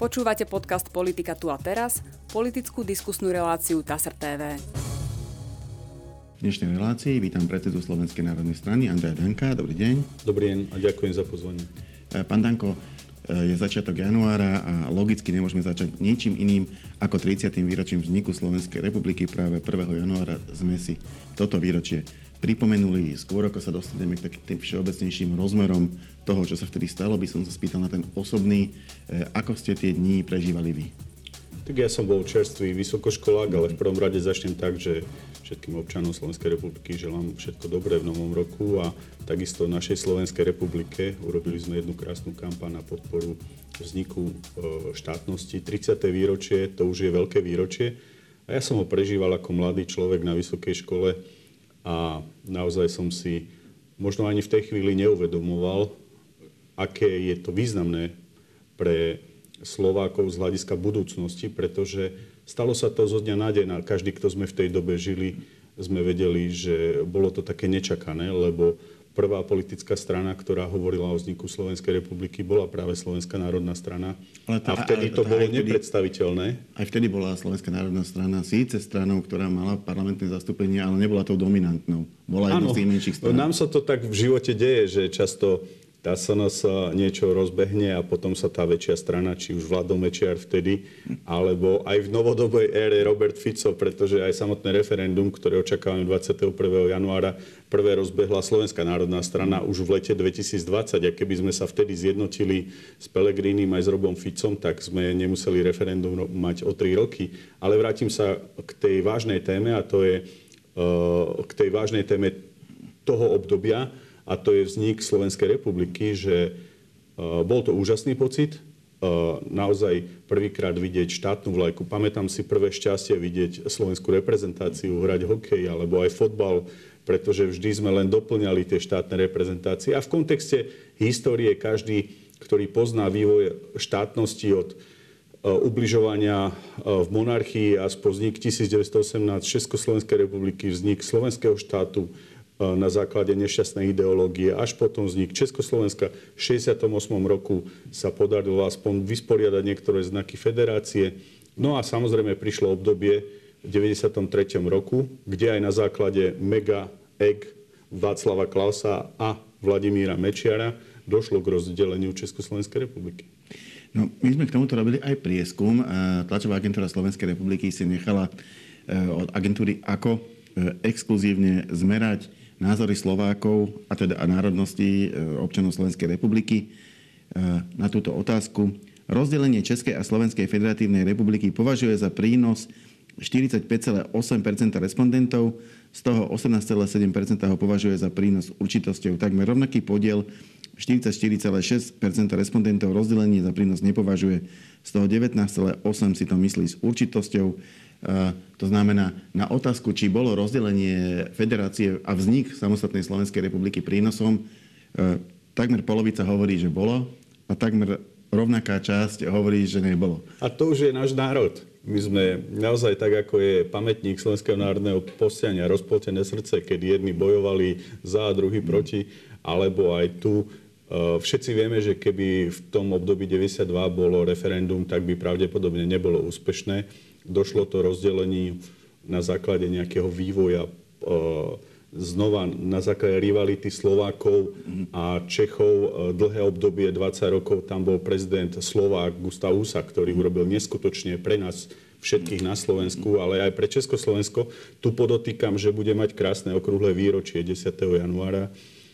Počúvate podcast Politika tu a teraz, politickú diskusnú reláciu TASR TV. V dnešnej relácii vítam predsedu Slovenskej národnej strany Andreja Danka. Dobrý deň. Dobrý deň a ďakujem za pozvanie. Pán Danko, je začiatok januára a logicky nemôžeme začať ničím iným ako 30. výročím vzniku Slovenskej republiky. Práve 1. januára sme si toto výročie pripomenuli. Skôr ako sa dostaneme k takým všeobecnejším rozmerom toho, čo sa vtedy stalo, by som sa spýtal na ten osobný. Ako ste tie dni prežívali vy? Tak ja som bol čerstvý vysokoškolák, ale v prvom rade začnem tak, že všetkým občanom Slovenskej republiky želám všetko dobré v novom roku a takisto našej Slovenskej republike urobili sme jednu krásnu kampaň na podporu vzniku štátnosti. 30. výročie, to už je veľké výročie a ja som ho prežíval ako mladý človek na vysokej škole a naozaj som si možno ani v tej chvíli neuvedomoval, aké je to významné pre Slovákov z hľadiska budúcnosti, pretože stalo sa to zo dňa na deň a každý, kto sme v tej dobe žili, sme vedeli, že bolo to také nečakané, lebo prvá politická strana, ktorá hovorila o vzniku Slovenskej republiky, bola práve Slovenská národná strana. A vtedy to bolo nepredstaviteľné. Aj vtedy bola Slovenská národná strana síce stranou, ktorá mala parlamentné zastúpenie, ale nebola tou dominantnou. Bola jednou z tých menších strán. Nám sa to tak v živote deje, že často tá SNS niečo rozbehne a potom sa tá väčšia strana, či už Vlado Mečiar vtedy, alebo aj v novodobej ére Robert Fico, pretože aj samotné referendum, ktoré očakávame 21. januára, prvé rozbehla Slovenská národná strana už v lete 2020. A keby sme sa vtedy zjednotili s Pelegrínim aj s Robom Ficom, tak sme nemuseli referendum mať o 3 roky. Ale vrátim sa k tej vážnej téme a to je k tej vážnej téme toho obdobia, a to je vznik Slovenskej republiky, že bol to úžasný pocit, naozaj prvýkrát vidieť štátnu vlajku. Pamätám si prvé šťastie vidieť slovenskú reprezentáciu hrať hokej alebo aj fotbal, pretože vždy sme len doplňali tie štátne reprezentácie. A v kontexte histórie každý, ktorý pozná vývoj štátnosti od ubližovania v monarchii až po vznik 1918 Československej republiky, vznik slovenského štátu, na základe nešťastnej ideológie. Až potom vznik Československa v 68. roku sa podarilo aspoň vysporiadať niektoré znaky federácie. No a samozrejme prišlo obdobie v 93. roku, kde aj na základe mega-egg Václava Klausa a Vladimíra Mečiara došlo k rozdeleniu Československej republiky. No, my sme k tomuto robili aj prieskum. Tlačová agentúra Slovenskej republiky si nechala od agentúry AKO exkluzívne zmerať názory Slovákov a teda národností občanov Slovenskej republiky na túto otázku. Rozdelenie Českej a Slovenskej federatívnej republiky považuje za prínos 45,8% respondentov, z toho 18,7% ho považuje za prínos určitosťou. Takmer rovnaký podiel 44,6% respondentov rozdelenie za prínos nepovažuje, z toho 19,8% si to myslí s určitosťou. To znamená, na otázku, či bolo rozdelenie federácie a vznik samostatnej Slovenskej republiky prínosom, takmer polovica hovorí, že bolo a takmer rovnaká časť hovorí, že nebolo. A to už je náš národ. My sme naozaj tak, ako je pamätník Slovenského národného povstania, Rozpoltené srdce, keď jedni bojovali za a druhí proti, alebo aj tu. Všetci vieme, že keby v tom období 92 bolo referendum, tak by pravdepodobne nebolo úspešné. Došlo to rozdelení na základe nejakého vývoja, znova na základe rivality Slovákov a Čechov. Dlhé obdobie, 20 rokov, tam bol prezident Slovák Gustav Husa, ktorý urobil neskutočne pre nás všetkých na Slovensku, ale aj pre Československo. Tu podotýkam, že bude mať krásne okrúhle výročie 10. januára.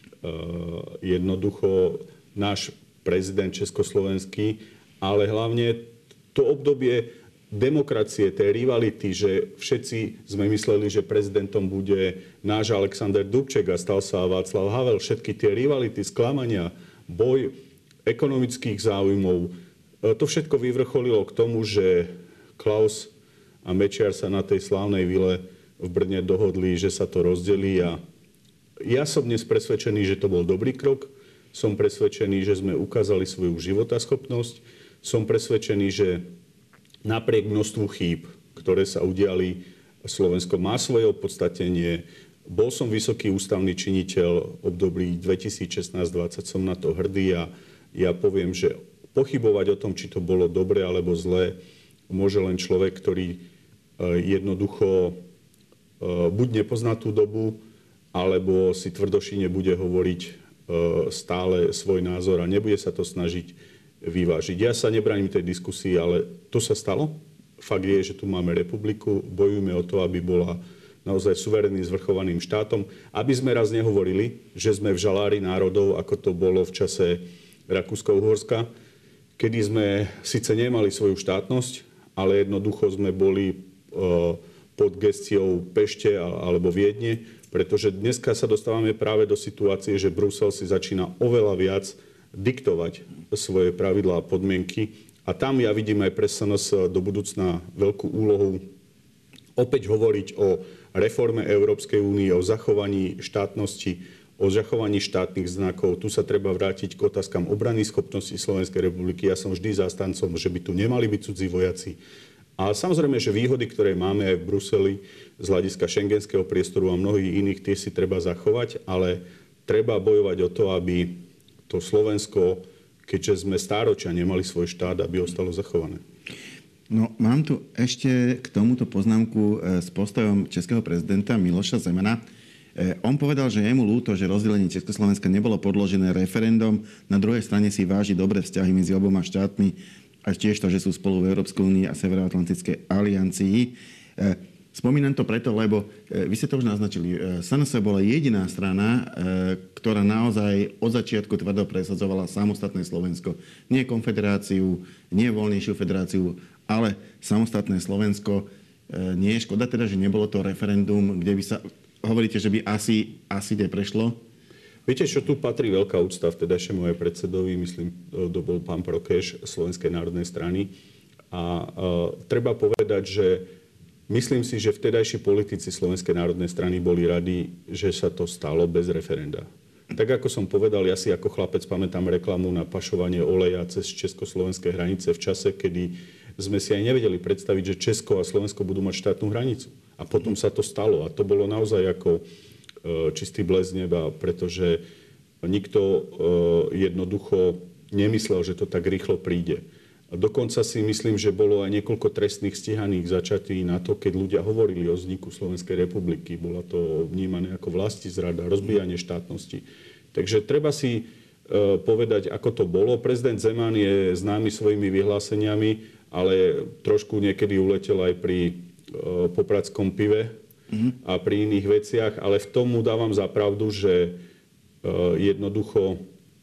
Jednoducho náš prezident československý, ale hlavne to obdobie demokracie, tej rivality, že všetci sme mysleli, že prezidentom bude náš Alexander Dubček a stal sa Václav Havel. Všetky tie rivality, sklamania, boj ekonomických záujmov, to všetko vyvrcholilo k tomu, že Klaus a Mečiar sa na tej slávnej vile v Brne dohodli, že sa to rozdelí a ja som dnes presvedčený, že to bol dobrý krok. Som presvedčený, že sme ukázali svoju životaschopnosť. Som presvedčený, že napriek množstvu chýb, ktoré sa udiali, Slovensko má svoje opodstatnenie. Bol som vysoký ústavný činiteľ období 2016-2020, som na to hrdý a ja poviem, že pochybovať o tom, či to bolo dobre alebo zlé, môže len človek, ktorý jednoducho buď nepozná tú dobu, alebo si tvrdošine bude hovoriť stále svoj názor a nebude sa to snažiť vyvážiť. Ja sa nebránim tej diskusii, ale to sa stalo. Fakt je, že tu máme republiku, bojujeme o to, aby bola naozaj suverénnym, zvrchovaným štátom, aby sme raz nehovorili, že sme v žalári národov, ako to bolo v čase Rakúsko-Uhorska, kedy sme síce nemali svoju štátnosť, ale jednoducho sme boli pod gestiou Pešte alebo Viedne, pretože dneska sa dostávame práve do situácie, že Brusel si začína oveľa viac diktovať svoje pravidlá a podmienky. A tam ja vidím aj pre SNS do budúcna veľkú úlohu opäť hovoriť o reforme Európskej únie, o zachovaní štátnosti, o zachovaní štátnych znakov. Tu sa treba vrátiť k otázkam obrany schopnosti Slovenskej republiky. Ja som vždy zástancom, že by tu nemali byť cudzí vojaci. A samozrejme, že výhody, ktoré máme aj v Bruseli z hľadiska šengenského priestoru a mnohých iných, tie si treba zachovať, ale treba bojovať o to, aby to Slovensko, keďže sme stáročia nemali svoj štát, aby ostalo zachované. No, mám tu ešte k tomuto poznámku s postojom českého prezidenta Miloša Zemana. On povedal, že je mu ľúto, že rozdelenie Československa nebolo podložené referendum. Na druhej strane si váži dobré vzťahy medzi oboma štátmi a tiež to, že sú spolu v Európskej únii a Severoatlantickej aliancii. Spomínam to preto, lebo vy ste to už naznačili. SNS bola jediná strana, ktorá naozaj od začiatku tvrdo presadzovala samostatné Slovensko. Nie konfederáciu, nie voľnejšiu federáciu, ale samostatné Slovensko. Nie je škoda teda, že nebolo to referendum, kde by sa... Hovoríte, že by asi neprešlo? Viete, čo tu patrí veľká úcta vtedajšiemu aj predsedovi, myslím, to bol pán Prokeš Slovenskej národnej strany. A treba povedať, že myslím si, že vtedajší politici Slovenskej národnej strany boli radi, že sa to stalo bez referenda. Tak ako som povedal, ja si ako chlapec pamätám reklamu na pašovanie oleja cez československé hranice v čase, kedy sme si aj nevedeli predstaviť, že Česko a Slovensko budú mať štátnu hranicu. A potom sa to stalo. A to bolo naozaj ako čistý blesk neba, pretože nikto jednoducho nemyslel, že to tak rýchlo príde. A dokonca si myslím, že bolo aj niekoľko trestných stíhaných začatí na to, keď ľudia hovorili o vzniku Slovenskej republiky. Bolo to vnímané ako vlastizrada, rozbíjanie štátnosti. Takže treba si povedať, ako to bolo. Prezident Zeman je známy svojimi vyhláseniami, ale trošku niekedy uletel aj pri popradskom pive a pri iných veciach. Ale v tom mu dávam za pravdu, že jednoducho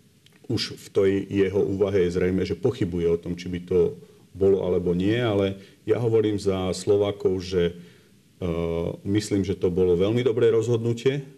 už v tej jeho úvahe je zrejme, že pochybuje o tom, či by to bolo alebo nie, ale ja hovorím za Slovákov, že myslím, že to bolo veľmi dobré rozhodnutie.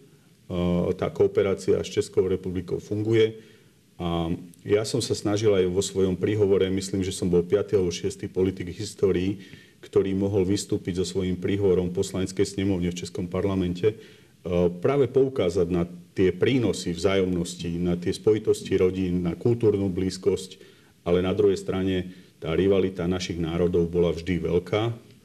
Tá kooperácia s Českou republikou funguje a ja som sa snažil aj vo svojom príhovore, myslím, že som bol 5. alebo 6. politik v histórii, ktorý mohol vystúpiť so svojím príhovorom v poslaneckej snemovne v Českom parlamente, práve poukázať na tie prínosy vzájomnosti, na tie spojitosti rodín, na kultúrnu blízkosť, ale na druhej strane tá rivalita našich národov bola vždy veľká.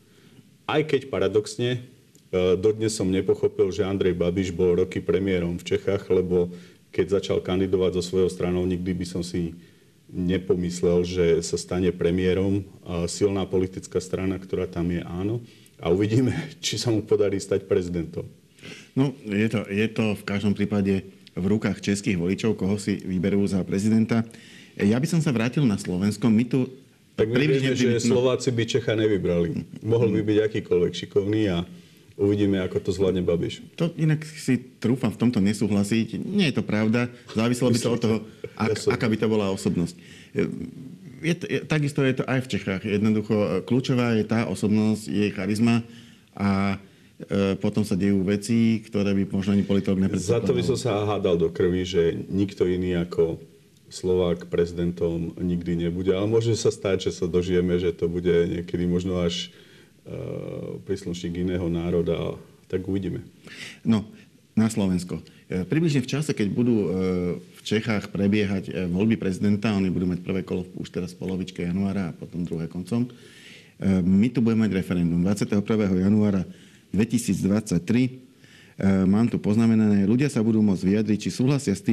Aj keď paradoxne, dodnes som nepochopil, že Andrej Babiš bol roky premiérom v Čechách, lebo keď začal kandidovať so svojou stranou, nikdy by som si nepomyslel, že sa stane premiérom. Silná politická strana, ktorá tam je, áno. A uvidíme, či sa mu podarí stať prezidentom. No, je to v každom prípade v rukách českých voličov, koho si vyberú za prezidenta. Ja by som sa vrátil na Slovensko. My tu... Tak my vieme, že Slováci by Čecha nevybrali. Mohol by byť akýkoľvek šikovný a uvidíme, ako to zvládne Babiš. To inak si trúfam v tomto nesúhlasiť. Nie je to pravda. Záviselo by to od toho, aká by to bola osobnosť. Takisto je to aj v Čechách. Jednoducho, kľúčová je tá osobnosť, jej charizma a potom sa dejú veci, ktoré by možno ani politológ nepredpokladoval. Za to by som sa hádal do krvi, že nikto iný ako Slovák prezidentom nikdy nebude. Ale môže sa stať, že sa dožijeme, že to bude niekedy možno až príslušník iného národa. Tak uvidíme. No, na Slovensko. Približne v čase, keď budú v Čechách prebiehať voľby prezidenta, oni budú mať prvé kolo už teraz v polovičke januára a potom druhé koncom, my tu budeme mať referendum 21. januára 2023. Mám tu poznamenané, ľudia sa budú môcť vyjadriť, či súhlasia s tým,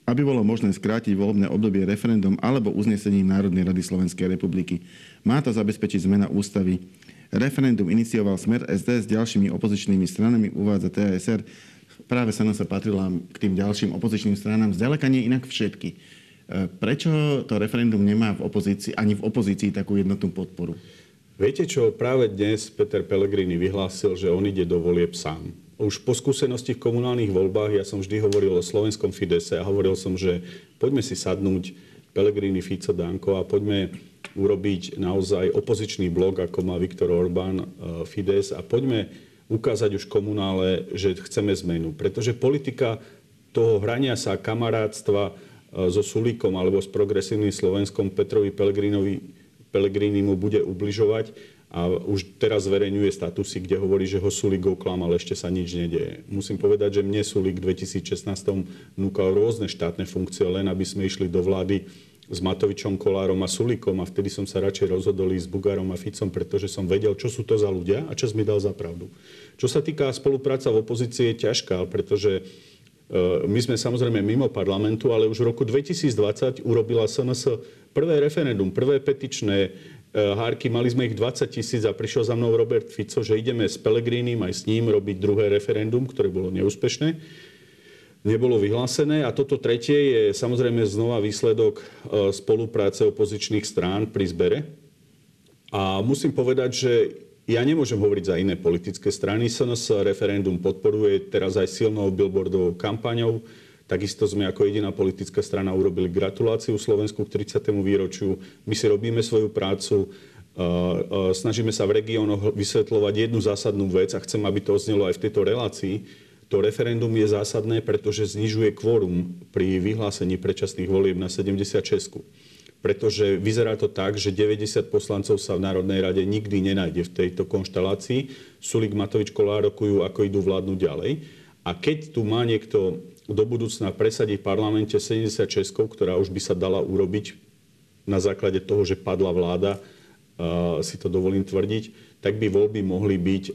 aby bolo možné skrátiť volebné obdobie referendum alebo uznesením Národnej rady Slovenskej republiky. Má to zabezpečiť zmena ústavy. Referendum inicioval Smer SD s ďalšími opozičnými stranami, uvádza TASR. Práve SNS patrila k tým ďalším opozičným stranám, zďaleka nie inak všetky. Prečo to referendum nemá v opozícii, ani v opozícii takú jednotnú podporu? Viete čo, práve dnes Peter Pellegrini vyhlásil, že on ide do volieb sám. Už po skúsenosti v komunálnych voľbách ja som vždy hovoril o slovenskom Fidese a hovoril som, že poďme si sadnúť Pellegrini, Fico, Danko a poďme urobiť naozaj opozičný blok, ako má Viktor Orbán, Fides a poďme ukázať už komunále, že chceme zmenu. Pretože politika toho hrania sa kamarátstva so Sulíkom alebo s progresívnym Slovenskom Petrovi Pellegrinimu bude ubližovať a už teraz zverejňuje statusy, kde hovorí, že ho Sulík oklamal, ešte sa nič nedieje. Musím povedať, že mne Sulík v 2016 núkal rôzne štátne funkcie, len aby sme išli do vlády s Matovičom, Kollárom a Sulíkom a vtedy som sa radšej rozhodol s Bugarom a Ficom, pretože som vedel, čo sú to za ľudia a čas mi dal za pravdu. Čo sa týka spolupráca v opozícii je ťažká, pretože my sme samozrejme mimo parlamentu, ale už v roku 2020 urobila SNS prvé referendum, prvé petičné hárky, mali sme ich 20 000 a prišiel za mnou Robert Fico, že ideme s Pellegrinim aj s ním robiť druhé referendum, ktoré bolo neúspešné. Nebolo vyhlásené a toto tretie je samozrejme znova výsledok spolupráce opozičných strán pri zbere. A musím povedať, že ja nemôžem hovoriť za iné politické strany. SNS referendum podporuje teraz aj silnou billboardovou kampaňou. Takisto sme ako jediná politická strana urobili gratuláciu Slovensku k 30. výročiu. My si robíme svoju prácu, snažíme sa v regiónoch vysvetľovať jednu zásadnú vec a chcem, aby to odznelo aj v tejto relácii. To referendum je zásadné, pretože znižuje kvórum pri vyhlásení predčasných volieb na 76. Pretože vyzerá to tak, že 90 poslancov sa v Národnej rade nikdy nenájde v tejto konštelácii. Sulík, Matovič, Kollár rokujú, ako idú vládnuť ďalej. A keď tu má niekto do budúcna presadiť v parlamente 76, ktorá už by sa dala urobiť na základe toho, že padla vláda, si to dovolím tvrdiť, tak by voľby mohli byť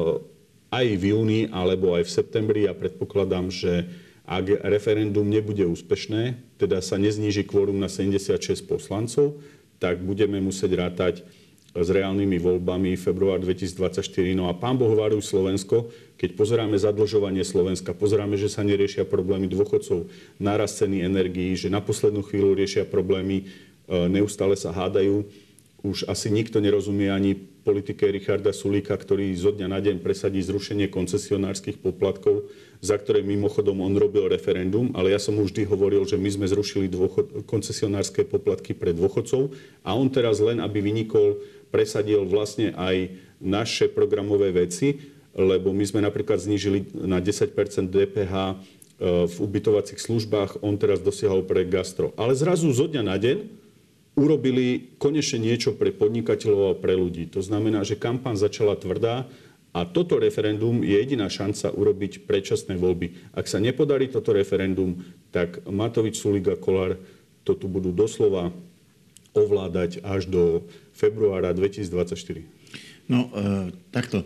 aj v júni alebo aj v septembri. Ja predpokladám, že ak referendum nebude úspešné, teda sa nezníži kvórum na 76 poslancov, tak budeme musieť rátať s reálnymi voľbami február 2024. No a pán Boh varuj Slovensko, keď pozeráme zadlžovanie Slovenska, pozeráme, že sa neriešia problémy dôchodcov, nárast ceny energií, že na poslednú chvíľu riešia problémy, neustále sa hádajú. Už asi nikto nerozumie ani politike Richarda Sulíka, ktorý zo dňa na deň presadí zrušenie koncesionárskych poplatkov, za ktoré mimochodom on robil referendum, ale ja som mu vždy hovoril, že my sme zrušili koncesionárske poplatky pre dôchodcov a on teraz len, aby vynikol, presadil vlastne aj naše programové veci, lebo my sme napríklad znížili na 10% DPH v ubytovacích službách, on teraz dosiahol pre gastro. Ale zrazu zo dňa na deň urobili konečne niečo pre podnikateľov a pre ľudí. To znamená, že kampaň začala tvrdá a toto referendum je jediná šanca urobiť predčasné voľby. Ak sa nepodarí toto referendum, tak Matovič, Sulík a Kollár to tu budú doslova ovládať až do februára 2024. No, takto.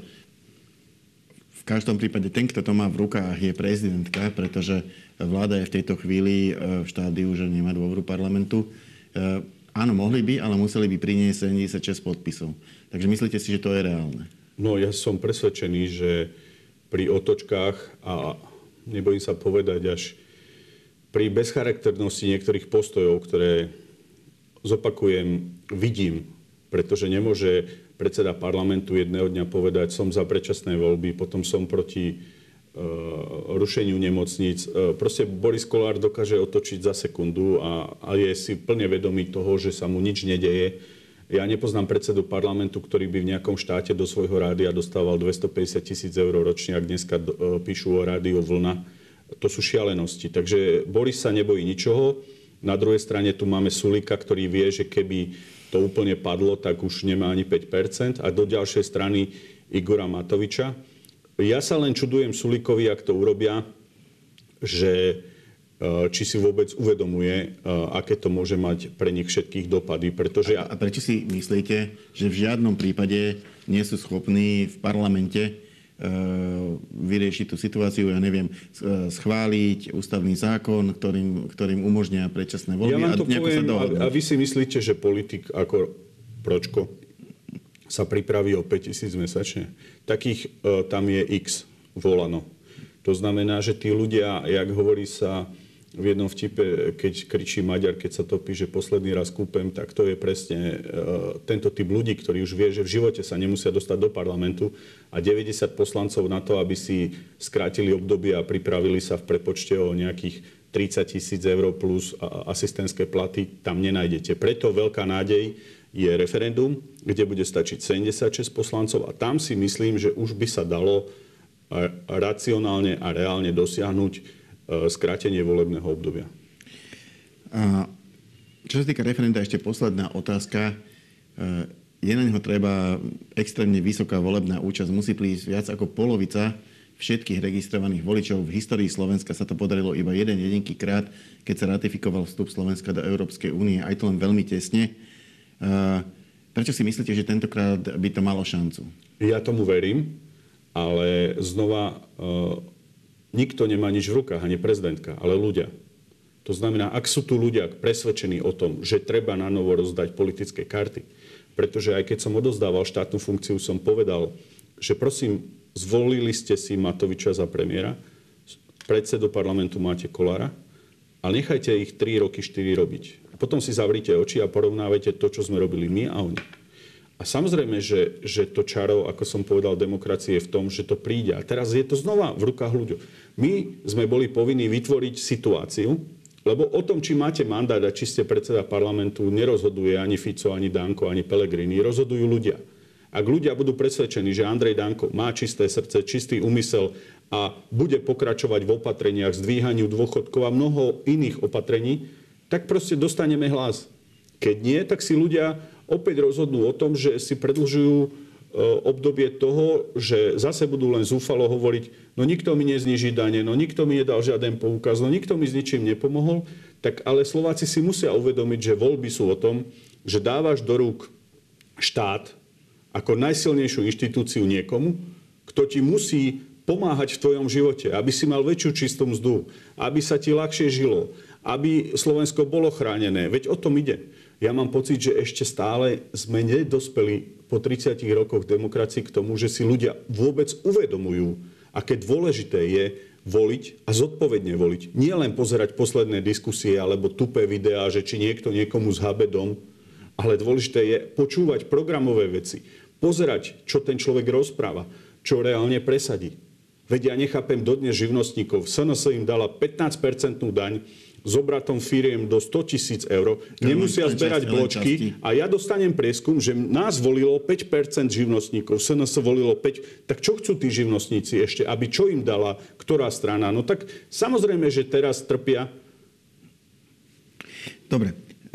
V každom prípade ten, kto to má v rukách, je prezidentka, pretože vláda je v tejto chvíli v štádiu, že nemá dôveru parlamentu. Áno, mohli by, ale museli by priniesť 76 podpisov. Takže myslíte si, že to je reálne? No, ja som presvedčený, že pri otočkách a nebojím sa povedať až pri bezcharakternosti niektorých postojov, ktoré zopakujem, vidím, pretože nemôže predseda parlamentu jedného dňa povedať, som za predčasné voľby, potom som proti rušeniu nemocníc. Proste Boris Kollár dokáže otočiť za sekundu a je si plne vedomý toho, že sa mu nič nedeje. Ja nepoznám predsedu parlamentu, ktorý by v nejakom štáte do svojho rádia dostával 250 000 eur ročne, ak dneska píšu o rádiu Vlna. To sú šialenosti. Takže Boris sa nebojí ničoho. Na druhej strane tu máme Sulíka, ktorý vie, že keby to úplne padlo, tak už nemá ani 5%. A do ďalšej strany Igora Matoviča. Ja sa len čudujem Sulíkovi, ak to urobia, že či si vôbec uvedomuje, aké to môže mať pre nich všetkých dopady. Pretože... A prečo si myslíte, že v žiadnom prípade nie sú schopní v parlamente vyriešiť tú situáciu, ja neviem, schváliť ústavný zákon, ktorým umožnia predčasné voľby. Ja vám to poviem, a vy si myslíte, že politik ako Pročko sa pripraví o 5 000 mesačne? Takých tam je x volano. To znamená, že tí ľudia, jak hovorí sa v jednom vtipe, keď kričí Maďar, keď sa topí, že posledný raz kúpem, tak to je presne tento typ ľudí, ktorý už vie, že v živote sa nemusia dostať do parlamentu a 90 poslancov na to, aby si skrátili obdobie a pripravili sa v prepočte o nejakých 30 000 eur plus asistentské platy, tam nenájdete. Preto veľká nádej je referendum, kde bude stačiť 76 poslancov a tam si myslím, že už by sa dalo racionálne a reálne dosiahnuť skrátenie volebného obdobia. Čo sa týka referenda, ešte posledná otázka. Je na neho treba extrémne vysoká volebná účasť. Musí prísť viac ako polovica všetkých registrovaných voličov. V histórii Slovenska sa to podarilo iba jedinký krát, keď sa ratifikoval vstup Slovenska do Európskej únie. Aj to len veľmi tesne. Prečo si myslíte, že tentokrát by to malo šancu? Ja tomu verím, ale znova nikto nemá nič v rukách, ani prezidentka, ale ľudia. To znamená, ak sú tu ľudia presvedčení o tom, že treba na novo rozdať politické karty, pretože aj keď som odozdával štátnu funkciu, som povedal, že prosím, zvolili ste si Matoviča za premiéra, predsedu parlamentu máte Kollára, ale nechajte ich 3 roky, 4 robiť. A potom si zavrite oči a porovnávajte to, čo sme robili my a oni. A samozrejme, že to čaro, ako som povedal, demokracie je v tom, že to príde. A teraz je to znova v rukách ľudí. My sme boli povinní vytvoriť situáciu, lebo o tom, či máte mandát a či ste predseda parlamentu, nerozhoduje ani Fico, ani Danko, ani Pellegrini. Rozhodujú ľudia. Ak ľudia budú presvedčení, že Andrej Danko má čisté srdce, čistý úmysel a bude pokračovať v opatreniach, zdvíhaniu dôchodkov a mnoho iných opatrení, tak proste dostaneme hlas. Keď nie, tak si ľudia opäť rozhodnú o tom, že si predĺžujú obdobie toho, že zase budú len zúfalo hovoriť, no nikto mi nezniží dane, no nikto mi nedal žiaden poukaz, no nikto mi s ničím nepomohol. Tak ale Slováci si musia uvedomiť, že voľby sú o tom, že dávaš do rúk štát ako najsilnejšiu inštitúciu niekomu, kto ti musí pomáhať v tvojom živote, aby si mal väčšiu čistú mzdu, aby sa ti ľahšie žilo, aby Slovensko bolo chránené. Veď o tom ide. Ja mám pocit, že ešte stále sme nedospeli po 30 rokoch demokracii k tomu, že si ľudia vôbec uvedomujú, aké dôležité je voliť a zodpovedne voliť. Nie len pozerať posledné diskusie alebo tupé videá, že či niekto niekomu zhabe dom, ale dôležité je počúvať programové veci, pozerať, čo ten človek rozpráva, čo reálne presadí. Veď ja nechápem dodnes živnostníkov. SNS im dala 15% daň s obratom firiem do 100 000 eur. Nemusia zberať bločky a ja dostanem prieskum, že nás volilo 5% živnostníkov, SNS volilo 5%. Tak čo chcú tí živnostníci ešte? Aby čo im dala ktorá strana? No tak samozrejme, že teraz trpia. Dobre.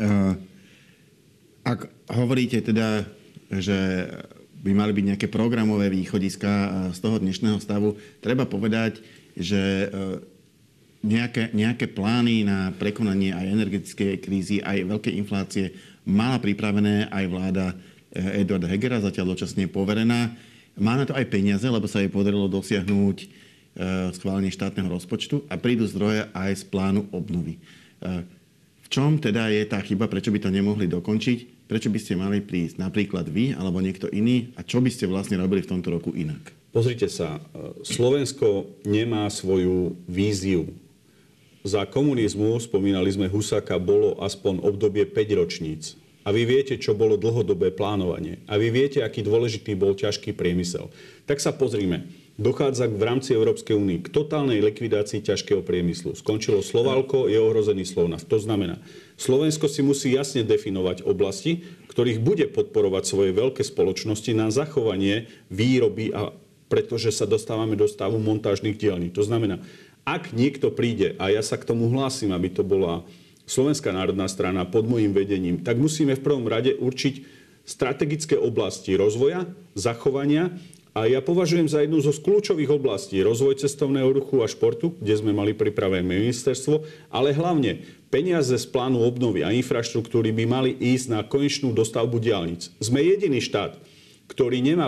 Ak hovoríte teda, že by mali byť nejaké programové východiská z toho dnešného stavu, treba povedať, že nejaké plány na prekonanie aj energetickej krízy, aj veľkej inflácie mala pripravené aj vláda Eduarda Hegera, zatiaľ dočasne poverená. Má na to aj peniaze, lebo sa jej podarilo dosiahnuť schválenie štátneho rozpočtu a prídu zdroje aj z plánu obnovy. V čom teda je tá chyba, prečo by to nemohli dokončiť? Prečo by ste mali prísť napríklad vy alebo niekto iný a čo by ste vlastne robili v tomto roku inak? Pozrite sa, Slovensko nemá svoju víziu. Za komunizmu, spomínali sme Husáka, bolo aspoň obdobie 5 ročníc. A vy viete, čo bolo dlhodobé plánovanie. A vy viete, aký dôležitý bol ťažký priemysel. Tak sa pozrime. Dochádza v rámci Európskej únie k totálnej likvidácii ťažkého priemyslu. Skončilo Slovalko, je ohrozený Slovnaft. To znamená, Slovensko si musí jasne definovať oblasti, ktorých bude podporovať svoje veľké spoločnosti na zachovanie výroby, a pretože sa dostávame do stavu montážnych dielní. To znamená, ak niekto príde, a ja sa k tomu hlásim, aby to bola Slovenská národná strana pod môjim vedením, tak musíme v prvom rade určiť strategické oblasti rozvoja, zachovania. A ja považujem za jednu zo kľúčových oblastí rozvoj cestovného ruchu a športu, kde sme mali pripravené ministerstvo, ale hlavne peniaze z plánu obnovy a infraštruktúry by mali ísť na konečnú dostavbu diaľnic. Sme jediný štát, ktorý nemá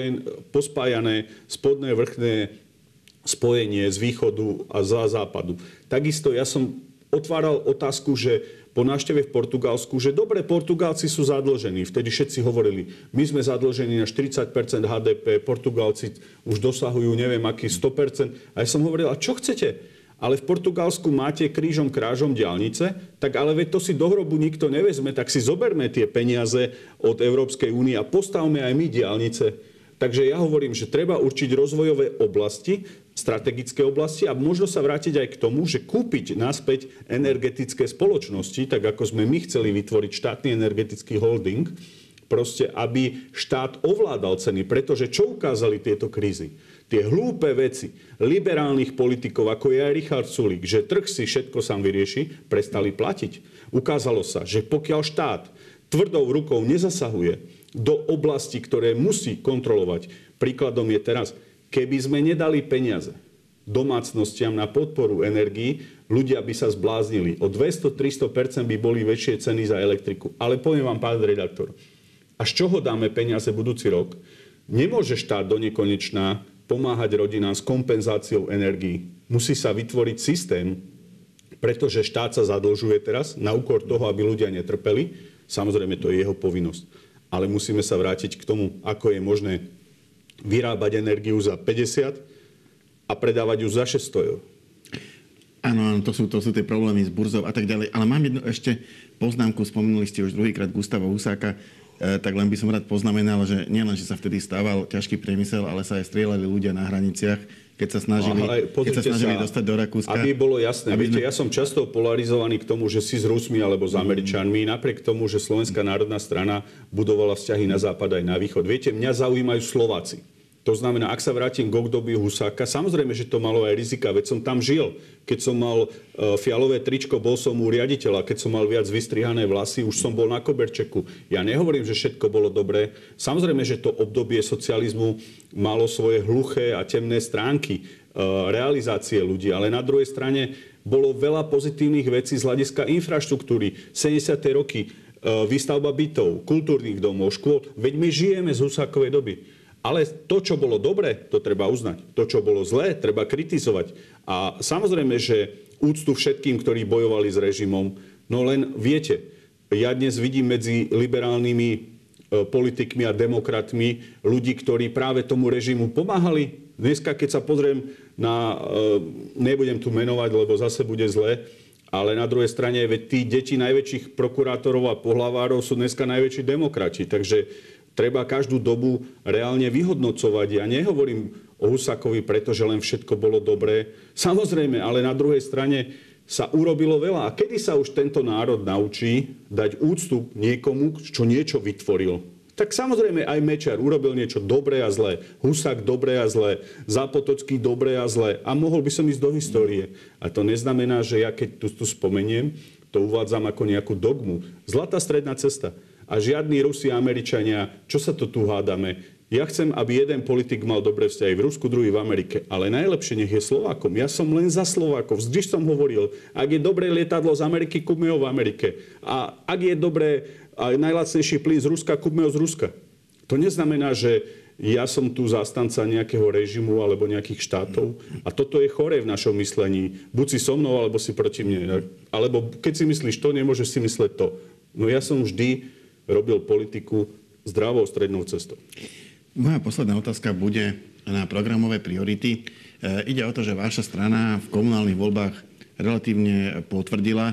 pospájané spodné vrchné spojenie z východu a z západu. Takisto ja som otváral otázku, že po návšteve v Portugalsku, že dobre, Portugálci sú zadlžení. Vtedy všetci hovorili, my sme zadlžení na 40% HDP, Portugálci už dosahujú neviem aký 100%. A ja som hovoril, a čo chcete? Ale v Portugalsku máte krížom krážom diaľnice, tak ale veď to si do hrobu nikto nevezme, tak si zoberme tie peniaze od Európskej únie a postavme aj my diaľnice. Takže ja hovorím, že treba určiť rozvojové oblasti, strategické oblasti a možno sa vrátiť aj k tomu, že kúpiť naspäť energetické spoločnosti, tak ako sme my chceli vytvoriť štátny energetický holding, proste aby štát ovládal ceny. Pretože čo ukázali tieto krízy? Tie hlúpe veci liberálnych politikov, ako je aj Richard Sulík, že trh si všetko sám vyrieši, prestali platiť. Ukázalo sa, že pokiaľ štát tvrdou rukou nezasahuje do oblasti, ktoré musí kontrolovať, príkladom je teraz, keby sme nedali peniaze domácnostiam na podporu energií, ľudia by sa zbláznili. O 200-300% by boli väčšie ceny za elektriku. Ale poviem vám, pán redaktor, a z čoho dáme peniaze budúci rok? Nemôže štát do nekonečná pomáhať rodinám s kompenzáciou energií. Musí sa vytvoriť systém, pretože štát sa zadlžuje teraz na úkor toho, aby ľudia netrpeli. Samozrejme, to je jeho povinnosť. Ale musíme sa vrátiť k tomu, ako je možné vyrábať energiu za 50 a predávať ju za 600 eur. Áno, to sú tie problémy s burzou a tak ďalej. Ale mám jednu ešte poznámku, spomenuli ste už druhýkrát Gustáva Husáka, tak len by som rád poznamenal, že nielen, že sa vtedy stával ťažký priemysel, ale sa aj strieľali ľudia na hraniciach, keď sa snažili dostať do Rakúska. Aby bolo jasné, viete, ja som často polarizovaný k tomu, že si s Rusmi alebo s Američanmi, napriek tomu, že Slovenská národná strana budovala vzťahy na západ aj na východ. Viete, mňa zaujímajú Slováci. To znamená, ak sa vrátim k obdobiu Husáka, samozrejme, že to malo aj rizika, veď som tam žil. Keď som mal fialové tričko, bol som u riaditeľa. Keď som mal viac vystrihané vlasy, už som bol na koberčeku. Ja nehovorím, že všetko bolo dobré. Samozrejme, že to obdobie socializmu malo svoje hluché a temné stránky realizácie ľudí, ale na druhej strane bolo veľa pozitívnych vecí z hľadiska infraštruktúry. 70. roky, výstavba bytov, kultúrnych domov, škôl. Veď my žijeme z Husákovej doby. Ale to, čo bolo dobre, to treba uznať. To, čo bolo zlé, treba kritizovať. A samozrejme, že úctu všetkým, ktorí bojovali s režimom, no len viete, ja dnes vidím medzi liberálnymi politikmi a demokratmi ľudí, ktorí práve tomu režimu pomáhali. Dneska, keď sa pozriem na, nebudem tu menovať, lebo zase bude zle, ale na druhej strane, veď tí deti najväčších prokurátorov a pohlavárov sú dneska najväčší demokrati. Takže treba každú dobu reálne vyhodnocovať. Ja nehovorím o Husákovi, pretože len všetko bolo dobré. Samozrejme, ale na druhej strane sa urobilo veľa. A kedy sa už tento národ naučí dať úctu niekomu, čo niečo vytvoril? Tak samozrejme aj Mečiar urobil niečo dobré a zlé. Husák dobré a zlé. Zápotocký dobré a zlé. A mohol by som ísť do histórie. A to neznamená, že ja keď tu spomeniem, to uvádzam ako nejakú dogmu. Zlatá stredná cesta. A žiadni Rusi a Američania, čo sa to tu hádame? Ja chcem, aby jeden politik mal dobré vzťahy v Rusku, druhý v Amerike. Ale najlepšie nech je Slovákom. Ja som len za Slovákov. Vždy som hovoril, ak je dobré lietadlo z Ameriky, kúpme ho v Amerike. A ak je dobré a najlacnejší plyn z Ruska, kúpme ho z Ruska. To neznamená, že ja som tu zástanca nejakého režimu alebo nejakých štátov. A toto je choré v našom myslení. Buď si so mnou, alebo si proti mne. Alebo keď si myslíš to, nemôžeš si mysleť to. No ja som vždy robil politiku zdravou strednou cestou. Moja posledná otázka bude na programové priority. Ide o to, že vaša strana v komunálnych voľbách relatívne potvrdila,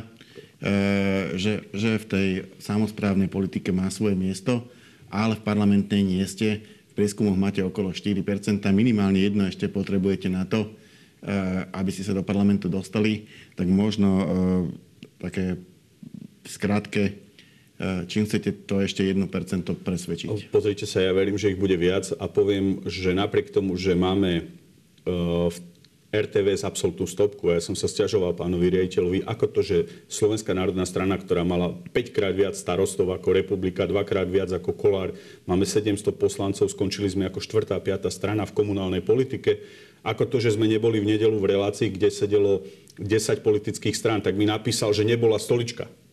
že v tej samosprávnej politike má svoje miesto, ale v parlamentnej nie ste. V prieskumoch máte okolo 4%, minimálne jedno ešte potrebujete na to, aby ste sa do parlamentu dostali. Tak možno také v skratke, čím chcete to ešte 1% presvedčiť? Pozrite sa, ja verím, že ich bude viac a poviem, že napriek tomu, že máme v RTVS absolútnu stopku, a ja som sa sťažoval pánovi riaditeľovi, ako to, že Slovenská národná strana, ktorá mala 5-krát viac starostov ako Republika, 2-krát viac ako Kollár, máme 700 poslancov, skončili sme ako 4. a 5. strana v komunálnej politike, ako to, že sme neboli v nedeľu v relácii, kde sedelo 10 politických strán, tak mi napísal, že nebola stolička.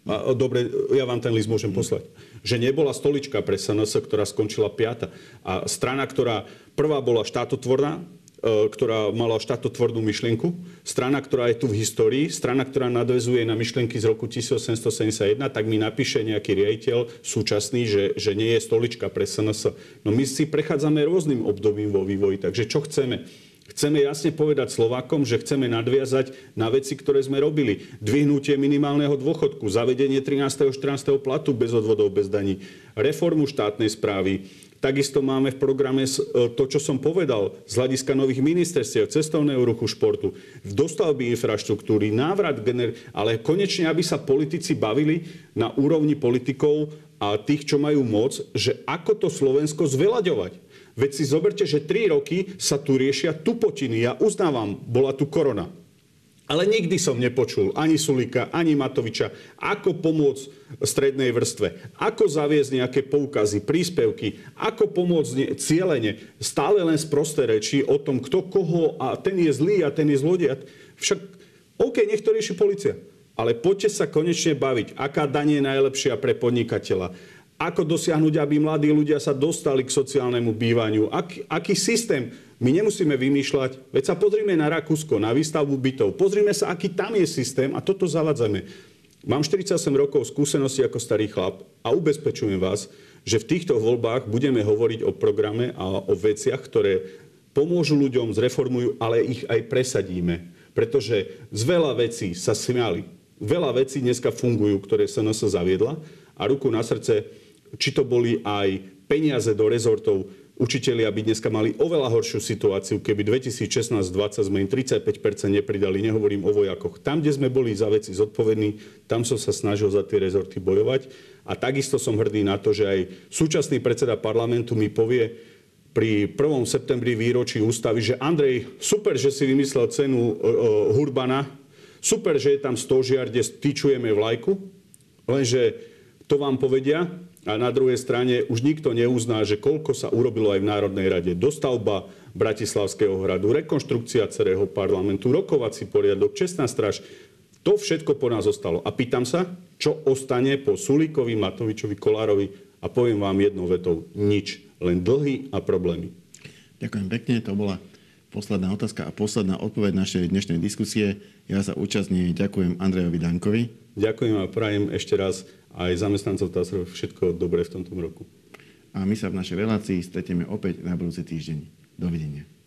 Dobre, ja vám ten list môžem poslať. Že nebola stolička pre SNS, ktorá skončila 5. A strana, ktorá prvá bola štátotvorná, ktorá mala štátotvornú myšlienku, strana, ktorá je tu v histórii, strana, ktorá nadväzuje na myšlienky z roku 1871, tak mi napíše nejaký riaditeľ súčasný, že nie je stolička pre SNS. No my si prechádzame rôznym obdobím vo vývoji, takže čo chceme? Chceme jasne povedať Slovákom, že chceme nadviazať na veci, ktoré sme robili. Dvihnutie minimálneho dôchodku, zavedenie 13. 14. platu bez odvodov, bez daní, reformu štátnej správy. Takisto máme v programe to, čo som povedal, z hľadiska nových ministerstiev, cestovného ruchu, športu, v dostavby infraštruktúry, návrat ale konečne, aby sa politici bavili na úrovni politikov a tých, čo majú moc, že ako to Slovensko zveľaďovať. Veď si zoberte, že 3 roky sa tu riešia tupotiny. Ja uznávam, bola tu korona. Ale nikdy som nepočul ani Sulíka, ani Matoviča, ako pomôcť strednej vrstve, ako zaviesť nejaké poukazy, príspevky, ako pomôcť cieľene. Stále len sprosté reči o tom, kto koho a ten je zlý a ten je zlodej. Však, OK, nech to rieši polícia. Ale poďte sa konečne baviť, aká daň je najlepšia pre podnikateľa, ako dosiahnuť, aby mladí ľudia sa dostali k sociálnemu bývaniu, aký systém. My nemusíme vymýšľať, veď sa pozrime na Rakúsko, na výstavbu bytov, pozrime sa, aký tam je systém a toto zavadzame. Mám 48 rokov skúsenosti ako starý chlap a ubezpečujem vás, že v týchto voľbách budeme hovoriť o programe a o veciach, ktoré pomôžu ľuďom, zreformujú, ale ich aj presadíme. Pretože z veľa vecí sa smiali. Veľa vecí dneska fungujú, ktoré SNS zaviedla a ruku na srdce, či to boli aj peniaze do rezortov, učitelia by dneska mali oveľa horšiu situáciu, keby 2016-2020 sme im 35% nepridali, nehovorím o vojakoch. Tam, kde sme boli za veci zodpovední, tam som sa snažil za tie rezorty bojovať. A takisto som hrdý na to, že aj súčasný predseda parlamentu mi povie pri 1. septembri výročí ústavy, že Andrej, super, že si vymyslel cenu Hurbana, super, že je tam stožiar, kde tyčujeme vlajku, lenže to vám povedia. A na druhej strane už nikto neuzná, že koľko sa urobilo aj v Národnej rade. Dostavba Bratislavského hradu, rekonštrukcia celého parlamentu, rokovací poriadok, čestná stráž. To všetko po nás ostalo. A pýtam sa, čo ostane po Sulíkovi, Matovičovi, Kollárovi a poviem vám jednou vetou. Nič. Len dlhy a problémy. Ďakujem pekne. To bola posledná otázka a posledná odpoveď našej dnešnej diskusie. Ja sa účastne ďakujem Andrejovi Dankovi. Ďakujem a prajem ešte raz aj zamestnancov TASR všetko dobré v tomto roku. A my sa v našej relácii stretneme opäť na budúci týždeň. Dovidenia.